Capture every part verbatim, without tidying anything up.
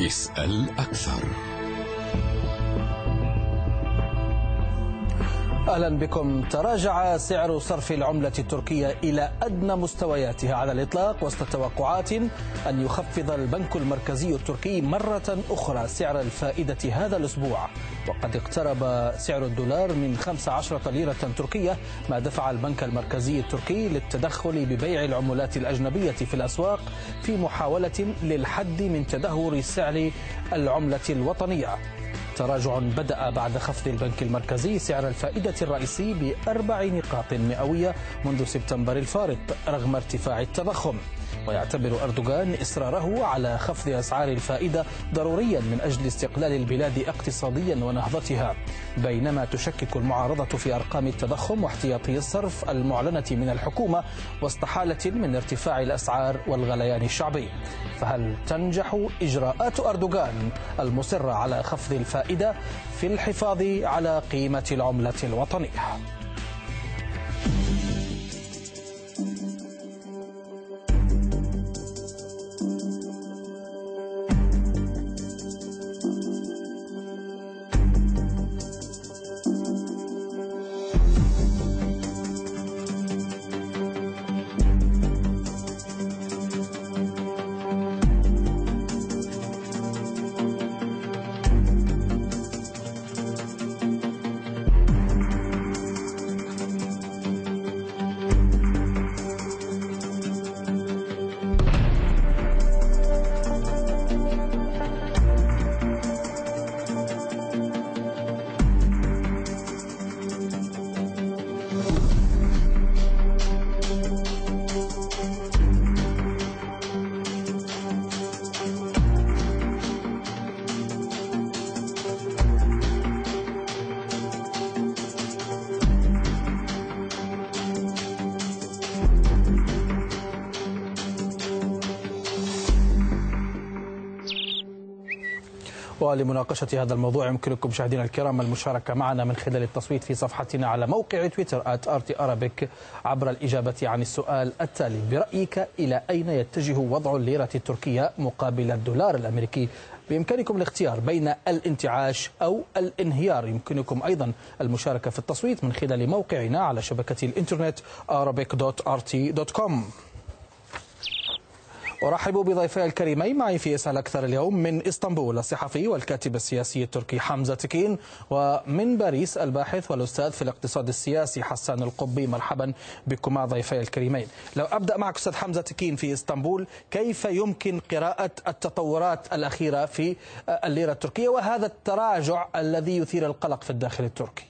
اسأل أكثر. أهلا بكم. تراجع سعر صرف العملة التركية إلى أدنى مستوياتها على الإطلاق وسط توقعات أن يخفض البنك المركزي التركي مرة أخرى سعر الفائدة هذا الأسبوع، وقد اقترب سعر الدولار من خمسة عشر ليرة تركية، ما دفع البنك المركزي التركي للتدخل ببيع العملات الأجنبية في الأسواق في محاولة للحد من تدهور سعر العملة الوطنية. تراجع بدأ بعد خفض البنك المركزي سعر الفائدة الرئيسي بأربع نقاط مئوية منذ سبتمبر الفارط رغم ارتفاع التضخم. ويعتبر أردوغان إصراره على خفض أسعار الفائدة ضروريا من أجل استقلال البلاد اقتصاديا ونهضتها، بينما تشكك المعارضة في أرقام التضخم واحتياطي الصرف المعلنة من الحكومة وسط حالة من ارتفاع الأسعار والغليان الشعبي. فهل تنجح إجراءات أردوغان المصرة على خفض الفائدة في الحفاظ على قيمة العملة الوطنية؟ ولمناقشة هذا الموضوع يمكنكم مشاهدينا الكرام المشاركة معنا من خلال التصويت في صفحتنا على موقع تويتر آت آر تي أرابيك عبر الإجابة عن السؤال التالي: برأيك إلى أين يتجه وضع الليرة التركية مقابل الدولار الأمريكي؟ بإمكانكم الاختيار بين الانتعاش أو الانهيار. يمكنكم أيضا المشاركة في التصويت من خلال موقعنا على شبكة الإنترنت أرابيك دوت آر تي دوت كوم. أرحب بضيفي الكريمين معي في اسأل أكثر اليوم من إسطنبول الصحفي والكاتب السياسي التركي حمزة تكين، ومن باريس الباحث والأستاذ في الاقتصاد السياسي حسان القبي. مرحبا بكما ضيفي الكريمين. لو أبدأ معك أستاذ حمزة تكين في إسطنبول، كيف يمكن قراءة التطورات الأخيرة في الليرة التركية وهذا التراجع الذي يثير القلق في الداخل التركي؟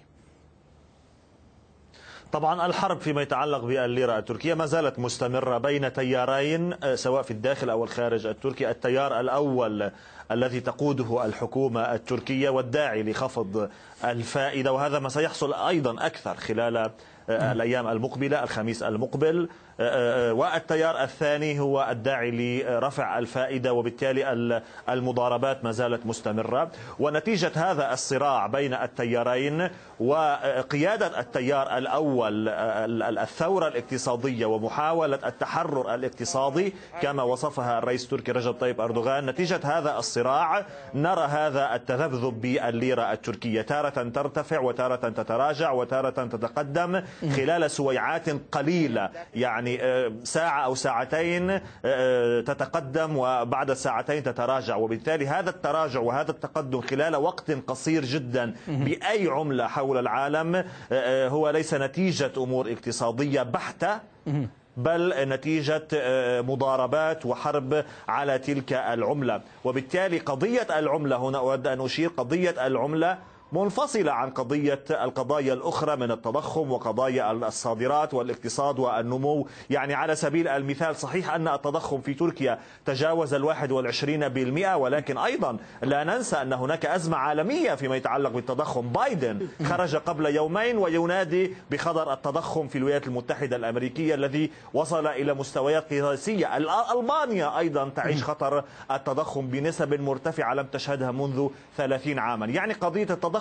طبعا الحرب فيما يتعلق بالليرة التركية ما زالت مستمرة بين تيارين سواء في الداخل أو الخارج التركي. التيار الأول الذي تقوده الحكومة التركية والداعي لخفض الفائدة، وهذا ما سيحصل أيضا أكثر خلال الأيام المقبلة الخميس المقبل. والتيار الثاني هو الداعي لرفع الفائدة، وبالتالي المضاربات ما زالت مستمرة. ونتيجة هذا الصراع بين التيارين وقيادة التيار الأول الثورة الاقتصادية ومحاولة التحرر الاقتصادي كما وصفها الرئيس التركي رجب طيب أردوغان، نتيجة هذا الصراع نرى هذا التذبذب بالليرة التركية، تارة ترتفع وتارة تتراجع وتارة تتقدم خلال سويعات قليلة، يعني ساعة أو ساعتين تتقدم وبعد ساعتين تتراجع. وبالتالي هذا التراجع وهذا التقدم خلال وقت قصير جدا بأي عملة حول العالم هو ليس نتيجة أمور اقتصادية بحتة، بل نتيجة مضاربات وحرب على تلك العملة. وبالتالي قضية العملة هنا أود أن أشير قضية العملة منفصلة عن قضية القضايا الأخرى من التضخم وقضايا الصادرات والاقتصاد والنمو. يعني على سبيل المثال صحيح أن التضخم في تركيا تجاوز الواحد والعشرين بالمئة، ولكن أيضا لا ننسى أن هناك أزمة عالمية فيما يتعلق بالتضخم. بايدن خرج قبل يومين وينادي بخطر التضخم في الولايات المتحدة الأمريكية الذي وصل إلى مستويات قياسية. ألمانيا أيضا تعيش خطر التضخم بنسب مرتفعة لم تشهدها منذ ثلاثين عاما. يعني قضية التضخم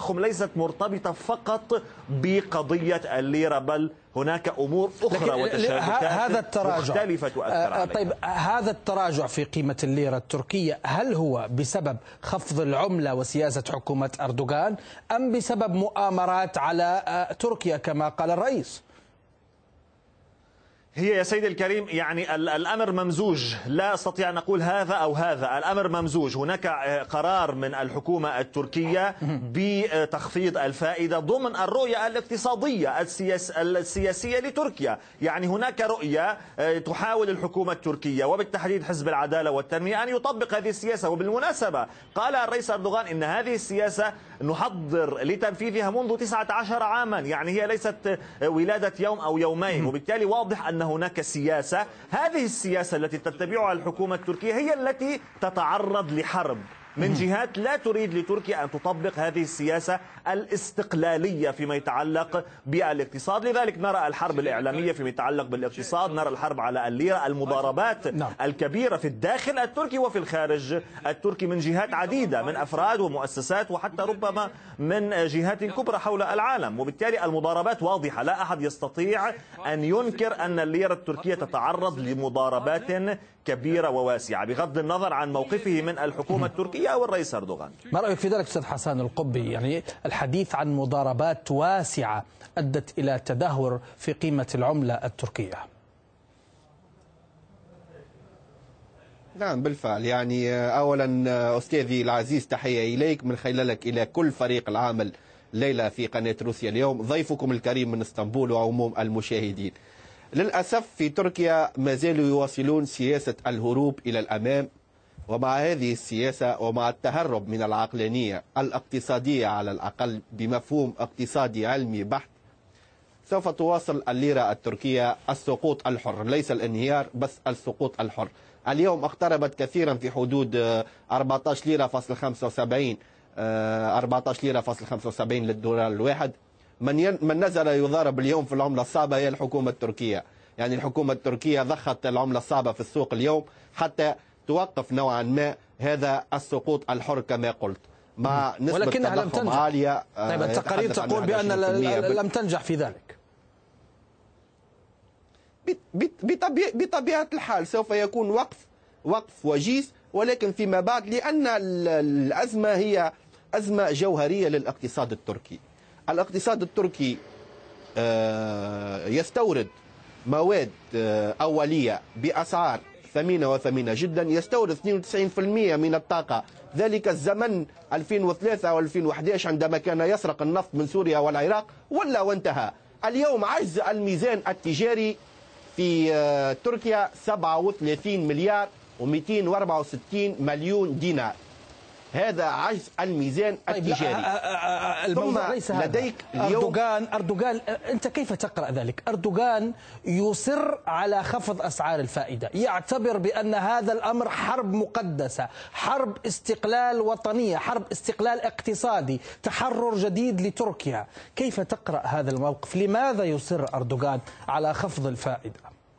التضخم ليست مرتبطة فقط بقضية الليرة، بل هناك أمور أخرى وتشابكات هذا التراجع مختلفة تؤثر عليها. طيب هذا التراجع في قيمة الليرة التركية هل هو بسبب خفض العملة وسياسة حكومة أردوغان أم بسبب مؤامرات على تركيا كما قال الرئيس؟ هي يا سيدي الكريم يعني الأمر ممزوج، لا أستطيع أن أقول هذا أو هذا، الأمر ممزوج. هناك قرار من الحكومة التركية بتخفيض الفائدة ضمن الرؤية الاقتصادية السياسية لتركيا. يعني هناك رؤية تحاول الحكومة التركية وبالتحديد حزب العدالة والتنمية أن يطبق هذه السياسة. وبالمناسبة قال الرئيس أردوغان إن هذه السياسة نحضر لتنفيذها منذ تسعة عشر عاما، يعني هي ليست ولادة يوم أو يومين. وبالتالي واضح أن هناك سياسة، هذه السياسة التي تتبعها الحكومة التركية هي التي تتعرض لحرب من جهات لا تريد لتركيا أن تطبق هذه السياسة الاستقلالية فيما يتعلق بالاقتصاد. لذلك نرى الحرب الإعلامية فيما يتعلق بالاقتصاد، نرى الحرب على الليرة، المضاربات الكبيرة في الداخل التركي وفي الخارج التركي من جهات عديدة، من أفراد ومؤسسات وحتى ربما من جهات كبرى حول العالم. وبالتالي المضاربات واضحة، لا أحد يستطيع أن ينكر أن الليرة التركية تتعرض لمضاربات كبيرة وواسعة بغض النظر عن موقفه من الحكومة التركية أو الرئيس أردوغان. ما رأيك في ذلك أستاذ حسان القبي؟ يعني الحديث عن مضاربات واسعة أدت إلى تدهور في قيمة العملة التركية. نعم بالفعل. يعني أولا أستاذي العزيز تحية إليك من خلالك إلى كل فريق العمل ليلة في قناة روسيا اليوم، ضيفكم الكريم من اسطنبول وعموم المشاهدين. للأسف في تركيا ما زالوا يواصلون سياسة الهروب إلى الأمام، ومع هذه السياسة ومع التهرب من العقلانية الاقتصادية على الأقل بمفهوم اقتصادي علمي بحت، سوف تواصل الليرة التركية السقوط الحر، ليس الانهيار بس السقوط الحر. اليوم اقتربت كثيرا في حدود أربعة عشر ليرة فاصل خمسة وسبعين أربعة عشر ليرة فاصل خمسة وسبعين للدولار الواحد. من من نزل يضارب اليوم في العملة الصعبة هي الحكومة التركية. يعني الحكومة التركية ضخت العملة الصعبة في السوق اليوم حتى توقف نوعا ما هذا السقوط الحر كما قلت، مع نسبة ولكنها لم تضخم تنجح. عالية. طيب التقارير تقول بأن لم تنجح في ذلك. بطبيعة الحال سوف يكون وقف وقف وجيز، ولكن فيما بعد، لأن الأزمة هي أزمة جوهرية للاقتصاد التركي. الاقتصاد التركي يستورد مواد أولية بأسعار ثمينة وثمينة جدا، يستورد اثنين وتسعين بالمئة من الطاقة. ذلك الزمن ألفين وثلاثة وألفين وأحد عشر عندما كان يسرق النفط من سوريا والعراق ولا وانتهى. اليوم عجز الميزان التجاري في تركيا سبعة وثلاثين مليار ومئتين وأربعة وستين مليون دينار، هذا عجز الميزان التجاري. طيب الموضوع ليس هذا. لديك أردوغان أردوغان أنت كيف تقرأ ذلك؟ أردوغان يصر على خفض أسعار الفائدة، يعتبر بأن هذا الأمر حرب مقدسة، حرب استقلال وطنية، حرب استقلال اقتصادي، تحرر جديد لتركيا. كيف تقرأ هذا الموقف؟ لماذا يصر أردوغان على خفض الفائدة؟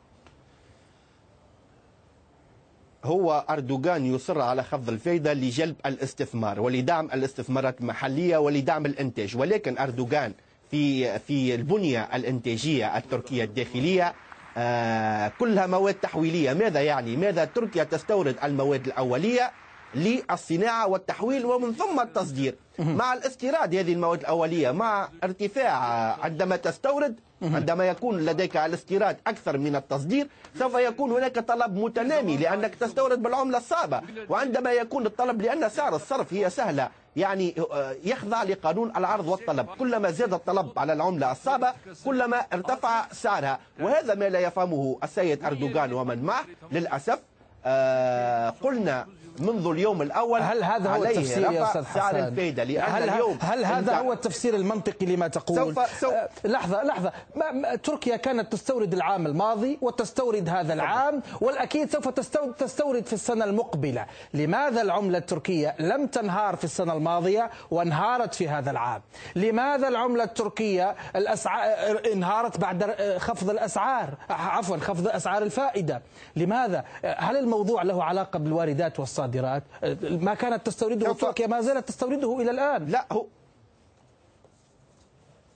هو أردوغان يصر على خفض الفائدة لجلب الاستثمار ولدعم الاستثمارات المحلية ولدعم الإنتاج، ولكن أردوغان في في البنية الإنتاجية التركية الداخلية آه كلها مواد تحويلية. ماذا يعني؟ ماذا تركيا تستورد المواد الأولية للصناعة والتحويل ومن ثم التصدير. مع الاستيراد هذه المواد الأولية، مع ارتفاع عندما تستورد، عندما يكون لديك الاستيراد أكثر من التصدير سوف يكون هناك طلب متنامي لأنك تستورد بالعملة الصعبة. وعندما يكون الطلب، لأن سعر الصرف هي سهلة، يعني يخضع لقانون العرض والطلب، كلما زاد الطلب على العملة الصعبة كلما ارتفع سعرها. وهذا ما لا يفهمه السيد أردوغان ومن معه للأسف. آه قلنا منذ اليوم الأول هل هذا هو التفسير يا أستاذ حسان؟ الفايدة، لأن هل, اليوم هل هذا هو التفسير المنطقي لما تقول؟ سوف سوف آه لحظة لحظة ما ما تركيا كانت تستورد العام الماضي وتستورد هذا العام، والأكيد سوف تستورد, تستورد في السنة المقبلة. لماذا العملة التركية لم تنهار في السنة الماضية وانهارت في هذا العام؟ لماذا العملة التركية الأسعار انهارت بعد خفض الأسعار، عفوا خفض أسعار الفائدة؟ لماذا؟ هل الموضوع له علاقة بالواردات والصادرات؟ ما كانت تستورده تركيا ما زالت تستورده إلى الآن. لا، هو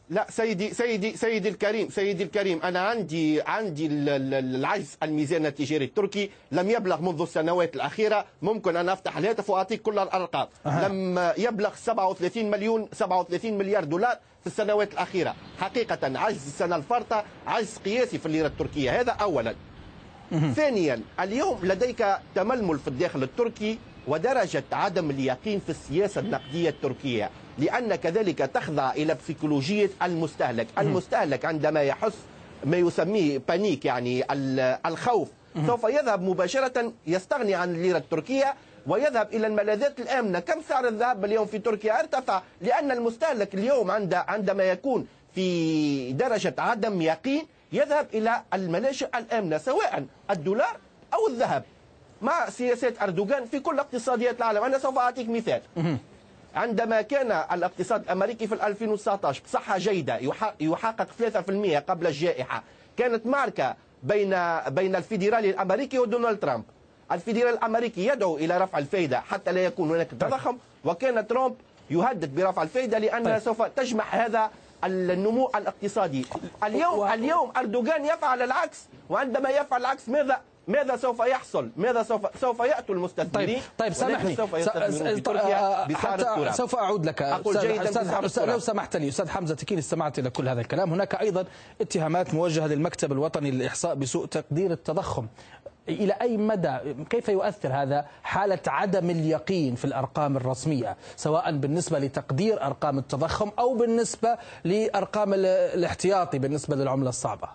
لا سيدي سيدي سيدي الكريم سيدي الكريم انا عندي عندي العجز الميزان التجاري التركي لم يبلغ منذ السنوات الاخيره. ممكن انا افتح الهاتف واعطيك كل الارقام. أه. لم يبلغ سبعة وثلاثين مليون سبعة وثلاثين مليار دولار في السنوات الاخيره. حقيقه عجز السنه الفارطه عجز قياسي في الليره التركيه. هذا اولا. أه. ثانيا اليوم لديك تململ في الداخل التركي ودرجه عدم اليقين في السياسه النقديه التركيه، لأن كذلك تخضع إلى بسيكولوجية المستهلك. المستهلك عندما يحس ما يسميه بانيك يعني الخوف سوف يذهب مباشرة يستغني عن الليرة التركية ويذهب إلى الملاذات الآمنة. كم سعر الذهب اليوم في تركيا؟ ارتفع، لأن المستهلك اليوم عند عندما يكون في درجة عدم يقين يذهب إلى الملاجئ الآمنة سواء الدولار أو الذهب. مع سياسات أردوغان في كل اقتصاديات العالم. أنا سوف أعطيك مثال. عندما كان الاقتصاد الامريكي في ألفين وتسعة عشر بصحه جيده يحقق ثلاثة بالمئة قبل الجائحه، كانت معركه بين بين الفيدرالي الامريكي ودونالد ترامب. الفيدرالي الامريكي يدعو الى رفع الفائده حتى لا يكون هناك تضخم، وكان ترامب يهدد برفع الفائده لانها طيب. سوف تجمع هذا النمو الاقتصادي. اليوم و... اليوم اردوغان يفعل العكس، وعندما يفعل العكس ماذا ماذا سوف يحصل؟ ماذا سوف سوف ياتوا المستثمرين؟ طيب طيب سامحني سوف يستثمرون في تركيا بسعر التراب. سوف اعود لك أستاذ لو سمحت لي استاذ حمزه تكين، استمعت الى كل هذا الكلام. هناك ايضا اتهامات موجهه للمكتب الوطني للاحصاء بسوء تقدير التضخم. الى اي مدى كيف يؤثر هذا حاله عدم اليقين في الارقام الرسميه، سواء بالنسبه لتقدير ارقام التضخم او بالنسبه لارقام الاحتياطي بالنسبه للعمله الصعبه؟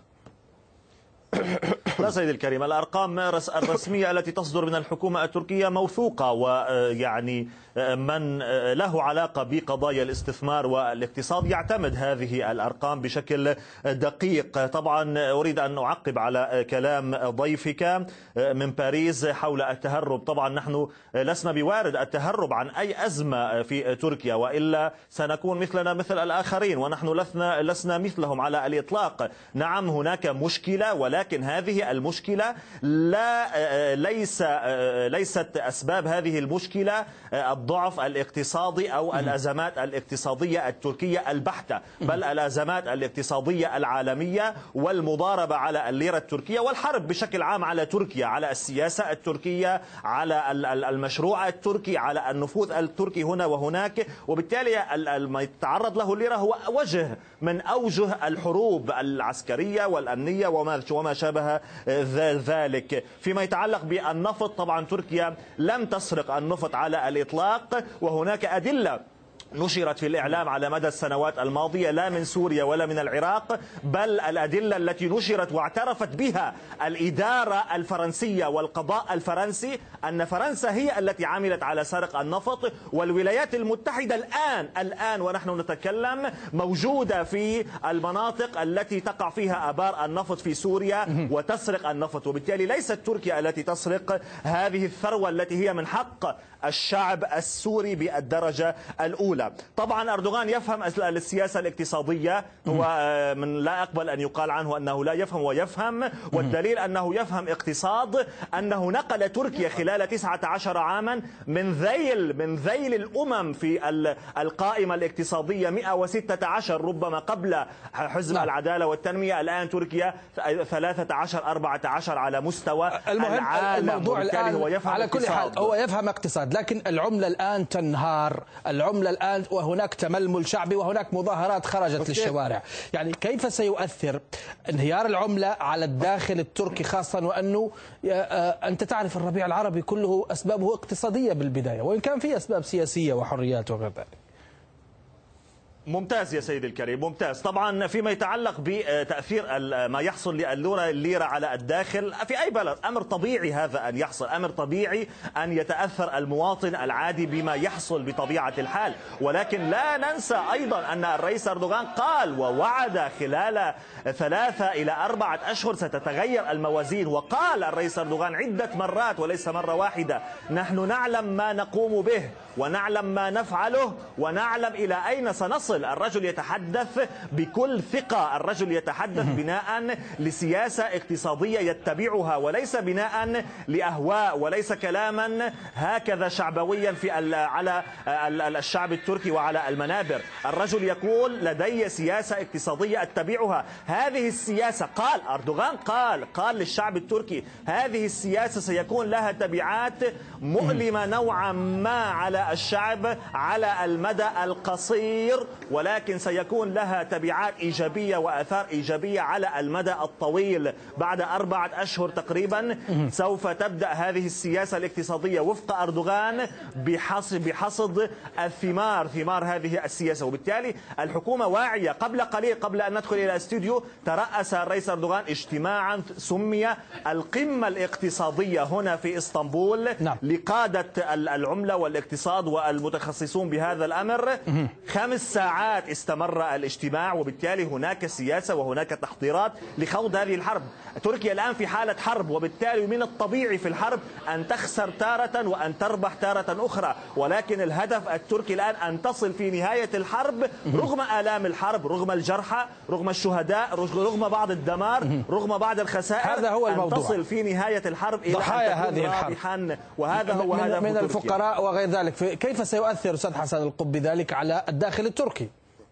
لا سيدي الكريم، الأرقام الرسمية التي تصدر من الحكومة التركية موثوقة، ويعني من له علاقة بقضايا الاستثمار والاقتصاد يعتمد هذه الأرقام بشكل دقيق. طبعا أريد أن أعقب على كلام ضيفك من باريس حول التهرب. طبعا نحن لسنا بوارد التهرب عن أي أزمة في تركيا، وإلا سنكون مثلنا مثل الآخرين، ونحن لسنا لسنا مثلهم على الإطلاق. نعم هناك مشكلة، ولكن هذه المشكلة لا ليس ليست أسباب هذه المشكلة الضعف الاقتصادي أو الأزمات الاقتصادية التركية البحتة، بل الأزمات الاقتصادية العالمية والمضاربة على الليرة التركية والحرب بشكل عام على تركيا، على السياسة التركية، على المشروع التركي، على النفوذ التركي هنا وهناك. وبالتالي ما يتعرض له الليرة هو وجه من أوجه الحروب العسكرية والأمنية وما وما شابه ذلك. فيما يتعلق بالنفط، طبعا تركيا لم تسرق النفط على الإطلاق، وهناك أدلة نشرت في الإعلام على مدى السنوات الماضية لا من سوريا ولا من العراق، بل الأدلة التي نشرت واعترفت بها الإدارة الفرنسية والقضاء الفرنسي أن فرنسا هي التي عملت على سرقة النفط، والولايات المتحدة الآن الآن ونحن نتكلم موجودة في المناطق التي تقع فيها آبار النفط في سوريا وتسرق النفط. وبالتالي ليست تركيا التي تسرق هذه الثروة التي هي من حق الشعب السوري بالدرجة الأولى. طبعا أردوغان يفهم السياسة الاقتصادية، ومن لا أقبل أن يقال عنه أنه لا يفهم ويفهم، والدليل أنه يفهم اقتصاد أنه نقل تركيا خلال تسعة عشر عاما من ذيل من ذيل الأمم في القائمة الاقتصادية مئة وستة عشر ربما قبل حزب العدالة والتنمية. الآن تركيا ثلاثة عشر أربعة عشر على مستوى العالم. الموضوع الآن هو يفهم على كل حال هو يفهم اقتصاد، لكن العملة الآن تنهار، العملة الآن وهناك تململ شعبي وهناك مظاهرات خرجت للشوارع. يعني كيف سيؤثر انهيار العملة على الداخل التركي، خاصة وأنه أنت تعرف الربيع العربي كله أسبابه اقتصادية بالبداية، وإن كان في أسباب سياسية وحريات وغير ذلك. ممتاز يا سيدي الكريم، ممتاز. طبعا فيما يتعلق بتأثير ما يحصل للليرة على الداخل في أي بلد، أمر طبيعي هذا أن يحصل، أمر طبيعي أن يتأثر المواطن العادي بما يحصل بطبيعة الحال. ولكن لا ننسى أيضا أن الرئيس أردوغان قال ووعد خلال ثلاثة إلى أربعة أشهر ستتغير الموازين، وقال الرئيس أردوغان عدة مرات وليس مرة واحدة نحن نعلم ما نقوم به ونعلم ما نفعله ونعلم إلى أين سنصل. ينفصل، الرجل يتحدث بكل ثقة، الرجل يتحدث بناء لسياسة اقتصادية يتبعها وليس بناء لأهواء، وليس كلاما هكذا شعبويا في على الشعب التركي وعلى المنابر. الرجل يقول لدي سياسة اقتصادية أتبعها. هذه السياسة قال أردوغان قال قال للشعب التركي هذه السياسة سيكون لها تبعات مؤلمة نوعا ما على الشعب على المدى القصير، ولكن سيكون لها تبعات إيجابية وآثار إيجابية على المدى الطويل. بعد أربعة أشهر تقريبا سوف تبدأ هذه السياسة الاقتصادية وفق أردوغان بحصد بحصد الثمار ثمار هذه السياسة. وبالتالي الحكومة واعية. قبل قليل قبل أن ندخل إلى الاستوديو ترأس الرئيس أردوغان اجتماعا سمي القمة الاقتصادية هنا في اسطنبول نعم. لقادة العملة والاقتصاد والمتخصصون بهذا الأمر. خمس ساعات استمر الاجتماع، وبالتالي هناك سياسة وهناك تحضيرات لخوض هذه الحرب. تركيا الآن في حالة حرب، وبالتالي من الطبيعي في الحرب أن تخسر تارة وأن تربح تارة أخرى، ولكن الهدف التركي الآن أن تصل في نهاية الحرب رغم آلام الحرب، رغم الجرحى، رغم الشهداء، رغم بعض الدمار، رغم بعض الخسائر، هذا هو الموضوع. أن تصل في نهاية الحرب إلى ضحايا أن تكون هذه الحرب، رابحا، وهذا هو هدف من تركيا. الفقراء وغير ذلك. كيف سيؤثر أستاذ حسن القبي ذلك على الداخل التركي؟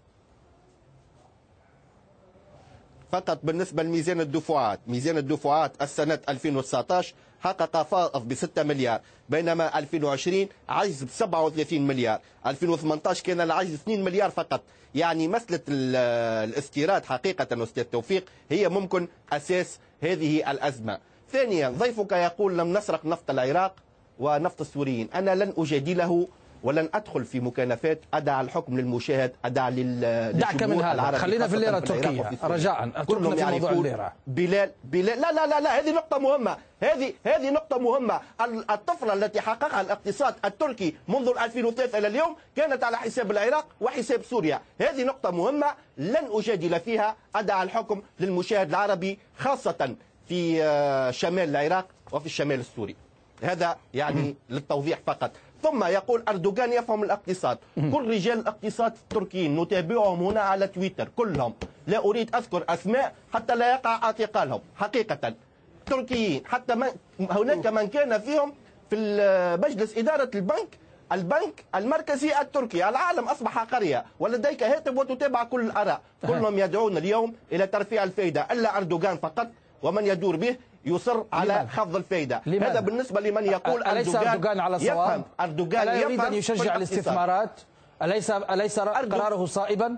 فقط بالنسبة لميزان الدفعات، ميزان الدفعات السنة ألفين وتسعة عشر حقق فائض ب ستة مليار، بينما ألفين وعشرين عجز ب سبعة وثلاثين مليار، ألفين وثمانية عشر كان العجز اثنين مليار فقط. يعني مسألة الاستيراد حقيقة أستاذ توفيق هي ممكن أساس هذه الأزمة. ثانيا، ضيفك يقول لم نسرق نفط العراق ونفط السوريين. أنا لن أجادله ولن أدخل في مكانفات، أدع الحكم للمشاهد، أدع لل دعك من هذا، خلينا في الليرة التركية رجاء. كلهم في موضوع الليرة. بلال بلال لا لا لا لا هذه نقطة مهمة، هذه هذه نقطة مهمة. الطفرة التي حققها الاقتصاد التركي منذ ألفين وثلاثة إلى اليوم كانت على حساب العراق وحساب سوريا. هذه نقطة مهمة لن أجادل فيها، أدع الحكم للمشاهد العربي خاصة في شمال العراق وفي الشمال السوري. هذا يعني للتوضيح فقط. ثم يقول أردوغان يفهم الاقتصاد. كل رجال الاقتصاد التركيين نتابعهم هنا على تويتر كلهم، لا أريد أذكر أسماء حتى لا يقع اعتقالهم. حقيقة تركيين، حتى من هناك من كان فيهم في مجلس إدارة البنك البنك المركزي التركي. العالم أصبح قرية ولديك هاتف وتتابع كل الآراء. كلهم يدعون اليوم إلى ترفيع الفائدة، إلا أردوغان فقط ومن يدور به يصر على لماذا؟ خفض الفائدة. لماذا؟ هذا بالنسبة لمن يقول أليس أردوغان على صواب؟ أردوغان ألا يريد أن يشجع الاستثمارات؟ أليس أليس قراره صائبا؟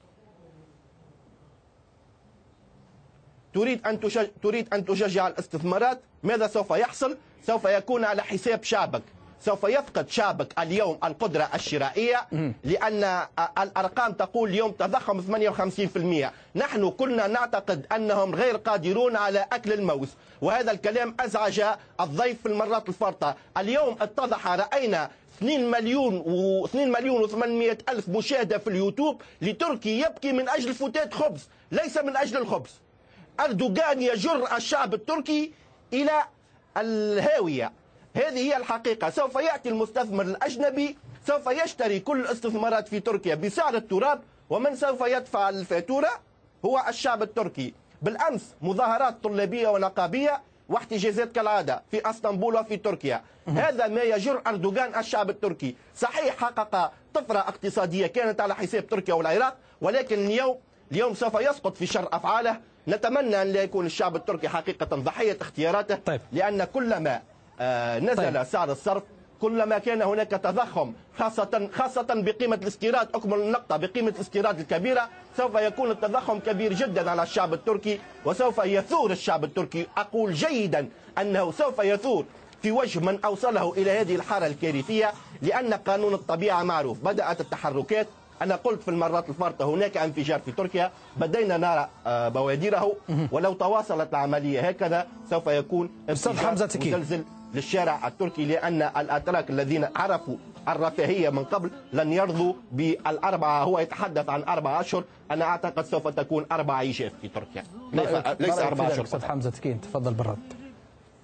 تريد أن تشجع تريد أن تشجع الاستثمارات. ماذا سوف يحصل؟ سوف يكون على حساب شعبك. سوف يفقد شعبك اليوم القدرة الشرائية، لأن الأرقام تقول اليوم تضخم ثمانية وخمسين بالمئة. نحن كنا نعتقد أنهم غير قادرون على أكل الموز، وهذا الكلام أزعج الضيف في المرات الفارطة. اليوم اتضح، رأينا اثنين مليون و اثنين مليون وثمانمئة ألف مشاهدة في اليوتيوب لتركي يبكي من أجل فتات خبز، ليس من أجل الخبز. أردوغان يجر الشعب التركي إلى الهاوية. هذه هي الحقيقة. سوف يأتي المستثمر الأجنبي، سوف يشتري كل الاستثمارات في تركيا بسعر التراب، ومن سوف يدفع الفاتورة هو الشعب التركي. بالأمس مظاهرات طلابية ونقابية واحتجازات كالعادة في اسطنبول وفي تركيا. هذا ما يجر أردوغان الشعب التركي. صحيح حقق طفرة اقتصادية كانت على حساب تركيا والعراق، ولكن اليوم اليوم سوف يسقط في شر أفعاله. نتمنى أن لا يكون الشعب التركي حقيقة ضحية اختياراته. طيب. لأن كلما آه نزل طيب. سعر الصرف كلما كان هناك تضخم، خاصة خاصة بقيمة الاستيراد. أكمل النقطة، بقيمة الاستيراد الكبيرة سوف يكون التضخم كبير جدا على الشعب التركي، وسوف يثور الشعب التركي. أقول جيدا أنه سوف يثور في وجه من أوصله إلى هذه الحالة الكارثية، لأن قانون الطبيعة معروف. بدأت التحركات. أنا قلت في المرات الفارطة هناك انفجار في تركيا، بدينا نرى بوادره، ولو تواصلت العملية هكذا سوف يكون انفجار مزلزل للشارع التركي، لأن الأتراك الذين عرفوا الرفاهية من قبل لن يرضوا بالأربعة. هو يتحدث عن أربعة أشهر، أنا أعتقد سوف تكون أربعة عيشات في تركيا، ليس أربعة أشهر. أستاذ حمزة تكين تفضل بالرد.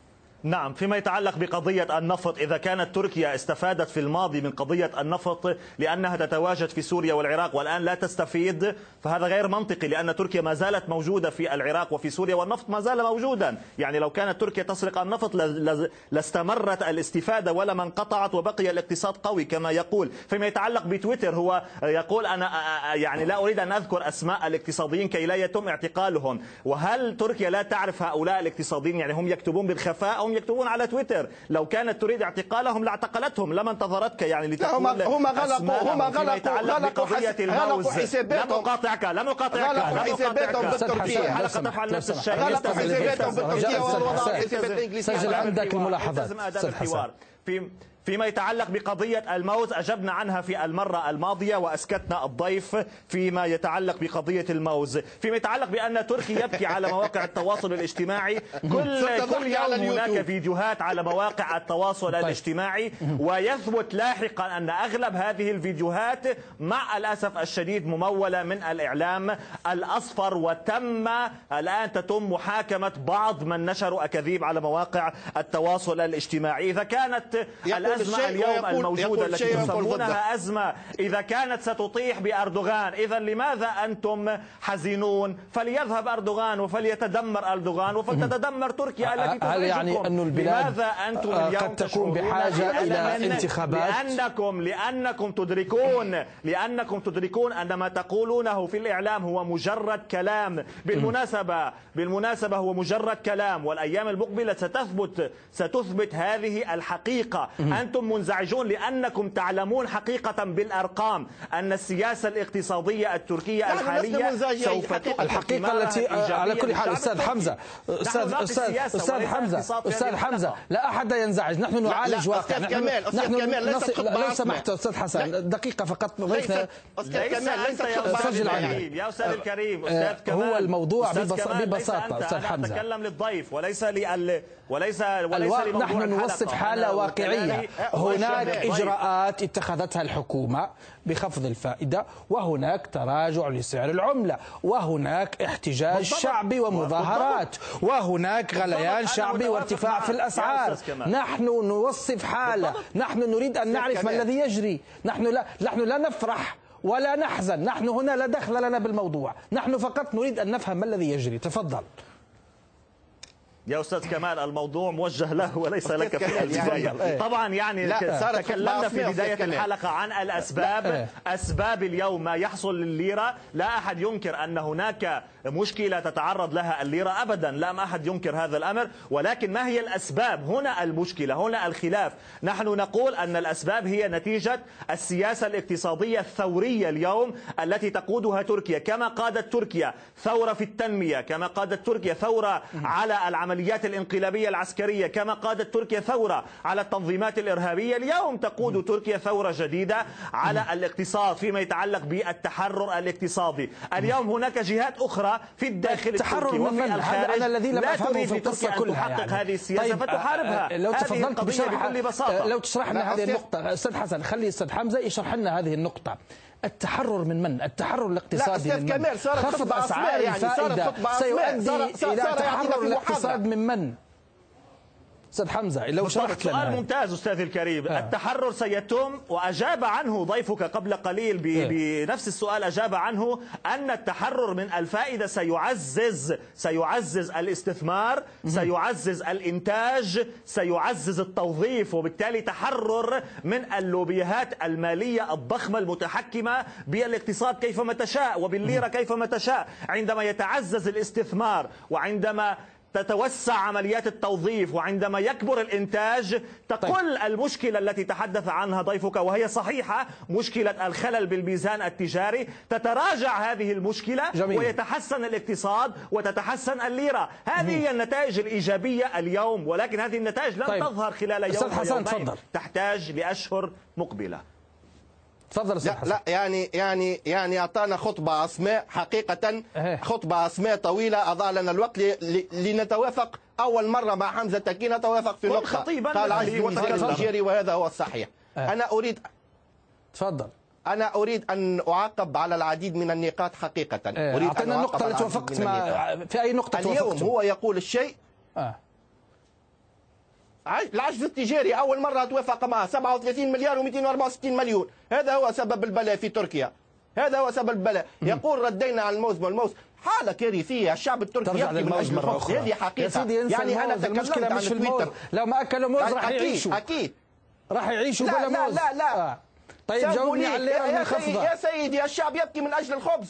نعم، فيما يتعلق بقضية النفط، إذا كانت تركيا استفادت في الماضي من قضية النفط لأنها تتواجد في سوريا والعراق والآن لا تستفيد، فهذا غير منطقي، لأن تركيا ما زالت موجودة في العراق وفي سوريا والنفط ما زال موجودا. يعني لو كانت تركيا تسرق النفط لاستمرت الاستفادة ولما انقطعت وبقي الاقتصاد قوي كما يقول. فيما يتعلق بتويتر، هو يقول أنا يعني لا أريد أن أذكر أسماء الاقتصاديين كي لا يتم اعتقالهم. وهل تركيا لا تعرف هؤلاء الاقتصاديين؟ يعني هم يكتبون بالخفاء، هم يكتبون على تويتر. لو كانت تريد اعتقالهم لاعتقلتهم، لما انتظرتك يعني لتقول هم هم غلقوا هم غلقوا غلقوا غلقوا حساباتهم. لم اقاطعك لم اقاطعك غلقوا حساباتهم بالتركية. الحلقة تفعل نفس الشيء. غلقوا حساباتهم بالتركية ووضعوا حسابات الانجليزية. سجل عندك الملاحظات. في فيما يتعلق بقضية الموز أجبنا عنها في المرة الماضية وأسكتنا الضيف فيما يتعلق بقضية الموز. فيما يتعلق بأن تركيا يبكي على مواقع التواصل الاجتماعي، كل كل يوم هناك فيديوهات على مواقع التواصل الاجتماعي، ويثبت لاحقا أن أغلب هذه الفيديوهات مع الأسف الشديد ممولة من الإعلام الأصفر، وتم الآن تتم محاكمة بعض من نشروا أكاذيب على مواقع التواصل الاجتماعي. إذا كانت الأزمة اليوم الموجودة التي تسمونها أزمة إذا كانت ستطيح بأردوغان، إذا لماذا أنتم حزينون؟ فليذهب أردوغان وفليتدمر أردوغان وفلتتدمر تركيا التي تخرجكم. هل يعني أن البلاد لماذا أنتم اليوم قد تكون بحاجة إلى انتخابات؟ لأنكم لأنكم تدركون لأنكم تدركون أن ما تقولونه في الإعلام هو مجرد كلام. بالمناسبة بالمناسبة هو مجرد كلام، والأيام المقبلة ستثبت ستثبت هذه الحقيقة. أنتم منزعجون لأنكم تعلمون حقيقة بالأرقام أن السياسة الاقتصادية التركية الحالية سوف الحقيقة التي على كل حال. أستاذ حمزة أستاذ أستاذ أستاذ حمزة أستاذ حمزة لا أحد ينزعج، نحن نعالج واقع. نحن نحن لو سمحت أستاذ حسن دقيقة فقط. ضيفنا سجل عندي يا أستاذ الكريم. أستاذ كمال، هو الموضوع ببساطة أستاذ حمزة، أتكلم للضيف وليس لي وليس وليس نحن نوصف حالة واقعية. هناك إجراءات اتخذتها الحكومة بخفض الفائدة، وهناك تراجع لسعر العملة، وهناك احتجاج شعبي ومظاهرات، وهناك غليان شعبي وارتفاع في الأسعار. نحن نوصف حالة، نحن نريد أن نعرف ما الذي يجري. نحن لا نحن لا نفرح ولا نحزن، نحن هنا لا دخل لنا بالموضوع، نحن فقط نريد أن نفهم ما الذي يجري. تفضل يا أستاذ كمال، الموضوع موجه له وليس لك في البداية. طبعا يعني تكلمنا في بداية الحلقة عن الأسباب. أسباب اليوم ما يحصل للليرة، لا أحد ينكر أن هناك مشكلة تتعرض لها الليرة أبدا، لا أحد ينكر هذا الأمر، ولكن ما هي الأسباب؟ هنا المشكلة، هنا الخلاف. نحن نقول أن الأسباب هي نتيجة السياسة الاقتصادية الثورية اليوم التي تقودها تركيا، كما قادت تركيا ثورة في التنمية، كما قادت تركيا ثورة على العمليات الانقلابية العسكرية، كما قادت تركيا ثورة على التنظيمات الإرهابية. اليوم تقود تركيا ثورة جديدة على الاقتصاد فيما يتعلق بالتحرر الاقتصادي. اليوم هناك جهات أخرى في الداخل التركي وفي الخارج لا تريد تركيا أن تحقق يعني. هذه السياسة طيب فتحاربها. لو تفضلت بشرح بكل بساطة. لو تشرح لنا هذه النقطة أستاذ حسن، خلي أستاذ حمزة يشرح لنا هذه النقطة. التحرر من من؟ التحرر الاقتصادي من من؟ خفض أسعار الفائدة سيؤدي إلى تحرر الاقتصاد من من؟ أستاذ حمزة لو شرحت سؤال لنا. ممتاز أستاذ الكريم. آه. التحرر سيتم، وأجاب عنه ضيفك قبل قليل ب... آه. بنفس السؤال أجاب عنه أن التحرر من الفائدة سيعزز سيعزز الاستثمار، م- سيعزز الإنتاج، سيعزز التوظيف، وبالتالي تحرر من اللوبيات المالية الضخمة المتحكمة بالاقتصاد كيفما تشاء وبالليرة كيفما تشاء. عندما يتعزز الاستثمار، وعندما تتوسع عمليات التوظيف، وعندما يكبر الإنتاج، تقل طيب. المشكلة التي تحدث عنها ضيفك وهي صحيحة، مشكلة الخلل بالميزان التجاري، تتراجع هذه المشكلة جميل. ويتحسن الاقتصاد وتتحسن الليرة. هذه هي النتائج الإيجابية اليوم، ولكن هذه النتائج لن طيب. تظهر خلال يوم ويومين، تحتاج لأشهر مقبلة. تفضل لا, لا يعني يعني يعني اعطانا خطبه اسماء حقيقه، خطبه اسماء طويله اضاع لنا الوقت لنتوافق. اول مره مع حمزه تكي نتوافق في نقطه، قال عجز الميزان التجاري وهذا هو الصحيح. اه. انا اريد تفضل انا اريد ان اعاقب على العديد من النقاط حقيقه. اه. اريد ان النقطه التي توافقت مع في اي نقطه اليوم توافقت؟ هو يقول الشيء اه. العجز التجاري أول مرة توافق معه سبعة وثلاثين مليار ومئتين وأربعة وستين مليون. هذا هو سبب البلاء في تركيا، هذا هو سبب البلاء. يقول ردينا على الموز والموز، حالة كارثية. الشعب التركي يبكي من أجل الخبز، هذه حقيقة. يعني أنا تكلمت عن تويتر، لو ما أكلوا موز راح يعيشوا، أكيد راح يعيشوا بلا لا موز. لا لا, لا. آه. طيب جاوبني على الليرة المنخفضة. يا سيدي الشعب يبكي من أجل الخبز.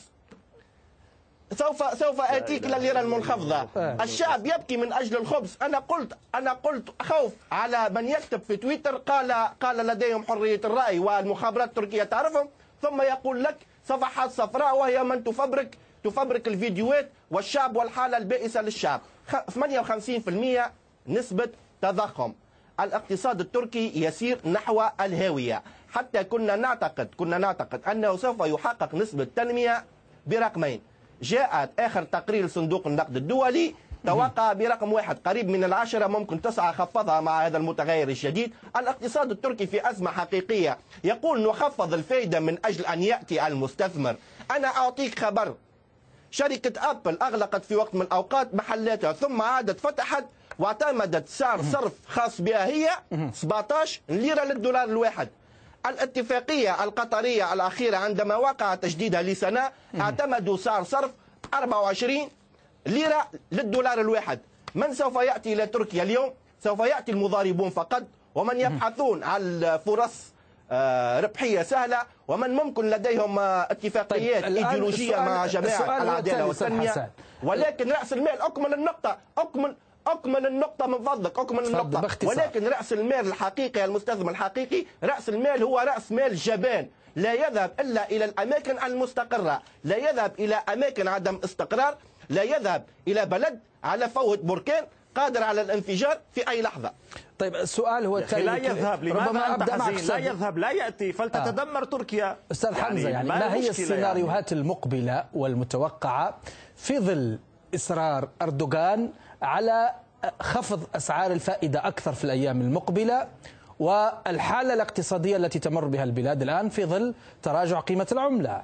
سوف سوف اتيك الى الليره المنخفضه. الشعب يبكي من اجل الخبز. انا قلت انا قلت خوف على من يكتب في تويتر قال قال لديهم حريه الراي والمخابرات التركيه تعرفهم، ثم يقول لك صفحات صفراء وهي من تفبرك تفبرك الفيديوهات والشعب والحاله البائسه للشعب. ثمانية وخمسين بالمئة نسبه تضخم. الاقتصاد التركي يسير نحو الهاويه. حتى كنا نعتقد كنا نعتقد انه سوف يحقق نسبه تنميه برقمين. جاءت آخر تقرير صندوق النقد الدولي توقع برقم واحد قريب من العشرة، ممكن تسعة، خفضها مع هذا المتغير الشديد. الاقتصاد التركي في أزمة حقيقية. يقول نخفض الفائدة من أجل أن يأتي المستثمر. أنا أعطيك خبر، شركة أبل أغلقت في وقت من الأوقات محلاتها ثم عادت فتحت واعتمدت سعر صرف خاص بها هي سبعة عشر ليرة للدولار الواحد. الاتفاقية القطرية الأخيرة عندما وقع تجديدها لسنة اعتمدوا سعر صرف أربعة وعشرين ليرة للدولار الواحد. من سوف يأتي إلى تركيا اليوم؟ سوف يأتي المضاربون فقط، ومن يبحثون عن فرص ربحية سهلة، ومن ممكن لديهم اتفاقيات طيب إيديولوجية مع جماعة العدالة والتنمية. ولكن رأس المال، أكمل النقطة، أكمل أكمل النقطة من فضلك، أكمل النقطة. باختصار. ولكن رأس المال الحقيقي، المستثمر الحقيقي، رأس المال هو رأس مال جبان، لا يذهب إلا إلى الأماكن المستقرة، لا يذهب إلى أماكن عدم استقرار، لا يذهب إلى بلد على فوهة بركان قادر على الانفجار في أي لحظة. طيب السؤال هو التالي، لا يذهب، لماذا أنت حزين؟ لا يذهب، لا يأتي، فلتتدمر آه. تركيا. أستاذ حمزة، يعني, يعني ما هي السيناريوهات يعني المقبلة والمتوقعة في ظل إصرار أردوغان على خفض أسعار الفائدة أكثر في الأيام المقبلة والحالة الاقتصادية التي تمر بها البلاد الآن في ظل تراجع قيمة العملة؟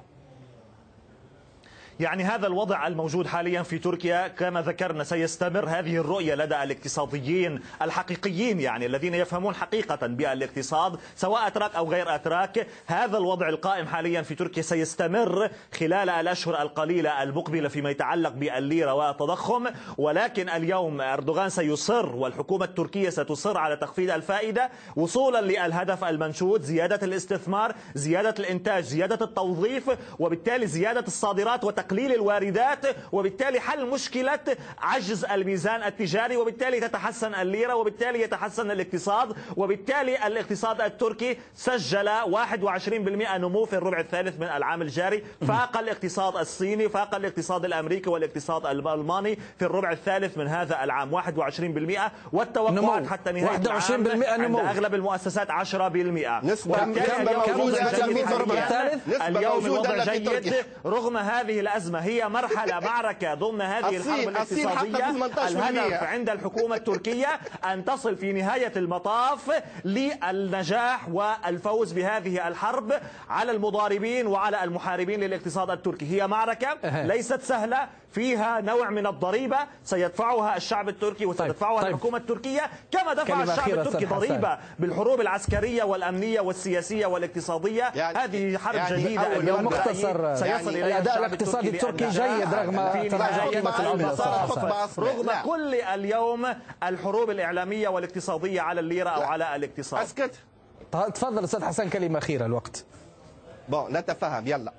يعني هذا الوضع الموجود حاليا في تركيا كما ذكرنا سيستمر. هذه الرؤية لدى الاقتصاديين الحقيقيين، يعني الذين يفهمون حقيقة بالاقتصاد سواء أتراك أو غير أتراك. هذا الوضع القائم حاليا في تركيا سيستمر خلال الأشهر القليلة المقبلة فيما يتعلق بالليرة والتضخم. ولكن اليوم أردوغان سيصر والحكومة التركية ستصر على تخفيض الفائدة وصولا للهدف المنشود: زيادة الاستثمار، زيادة الإنتاج، زيادة التوظيف، وبالتالي زيادة الصادرات وتقليل تقليل الواردات، وبالتالي حل مشكلة عجز الميزان التجاري، وبالتالي تتحسن الليرة، وبالتالي يتحسن الاقتصاد. وبالتالي الاقتصاد التركي سجل واحد وعشرين بالمئة نمو في الربع الثالث من العام الجاري، فاق الاقتصاد الصيني، فاق الاقتصاد الأمريكي والاقتصاد الألماني في الربع الثالث من هذا العام واحد وعشرين بالمئة، والتوقعات حتى نهاية واحد وعشرين بالمئة العام نمو عند أغلب المؤسسات عشرة بالمئة. نسبة موجودة في الربع الثالث. اليوم الوضع جيد رغم هذه الأزمة. هي مرحلة معركة ضمن هذه الحرب الاقتصادية. الهدف عند الحكومة التركية أن تصل في نهاية المطاف للنجاح والفوز بهذه الحرب على المضاربين وعلى المحاربين للاقتصاد التركي. هي معركة ليست سهلة، فيها نوع من الضريبة سيدفعها الشعب التركي وستدفعها طيب. الحكومة التركية كما دفع الشعب التركي ضريبة بالحروب العسكرية والأمنية والسياسية والاقتصادية. يعني هذه حرب يعني جديدة اليوم مختصر. سيصل يعني إليها الأداء الاقتصادي التركي جيد رغم تراجع قيمة العملة، رغم كل اليوم الحروب الإعلامية والاقتصادية على الليرة أو على الاقتصاد. أسكت. تفضل أستاذ حسن، كلمة أخيرة، الوقت. بون نتفهم يلا.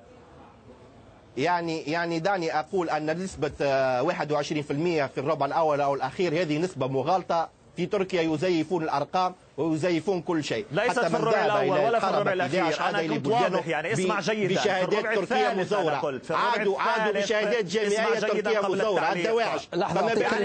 يعني يعني دعني أقول أن نسبة واحد وعشرين بالمئة في الربع الأول أو الأخير هذه نسبة مغالطة. في تركيا يزيفون الأرقام ويزيفون كل شيء، ليست في الربع الأول ولا في الربع الأخير. أنا كنت واضح، يعني اسمع جيدا. بشهادات تركية مزورة، عادوا عادوا بشهادات جامعية تركية مزورة. الدواعش. لحظة،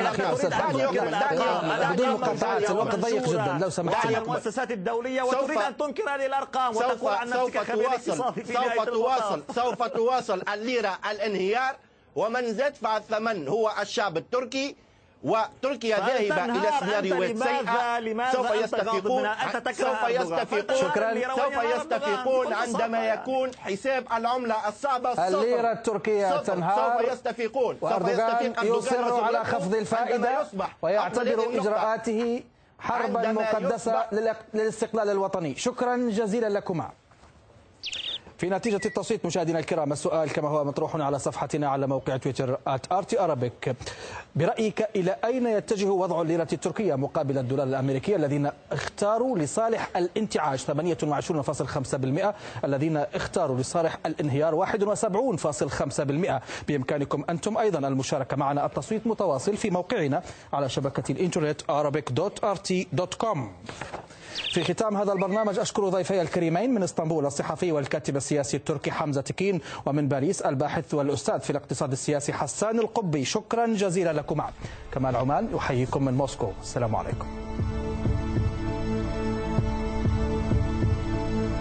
بدون مقاطعات، الوقت ضيق جدا لو سمحت. على المؤسسات الدولية وتريد أن تنكر هذه الأرقام وتقول عن نفسك خبير اقتصادي في نهاية المطاف. سوف تواصل الليرة الانهيار، ومن سيدفع الثمن هو الشعب التركي. وتركيا ذاهبة إلى سيناريوهات سيئة. سوف يستفيقون سوف يستفيقون سوف يستفيقون عندما يكون حساب العملة الصعبة. الليرة التركية تنهار، سوف يستفيقون. وأردوغان يصر على خفض الفائدة ويعتبر إجراءاته حربا مقدسة للاستقلال الوطني. شكرا جزيلا لكما. في نتيجة التصويت مشاهدينا الكرام، السؤال كما هو مطروح على صفحتنا على موقع تويتر آت آر تي أرابيك. برأيك إلى أين يتجه وضع الليرة التركية مقابل الدولار الأمريكي؟ الذين اختاروا لصالح الانتعاش ثمانية وعشرين فاصلة خمسة بالمئة، الذين اختاروا لصالح الانهيار واحد وسبعين فاصلة خمسة بالمئة. بإمكانكم أنتم أيضا المشاركة معنا. التصويت متواصل في موقعنا على شبكة الإنترنت arabic دوت آر تي دوت كوم. في ختام هذا البرنامج أشكر ضيفي الكريمين من اسطنبول الصحفي والكاتب السياسي التركي حمزة تكين، ومن باريس الباحث والأستاذ في الاقتصاد السياسي حسان القبي. شكرا جزيلا لكم. كمال عمان يحييكم من موسكو. السلام عليكم.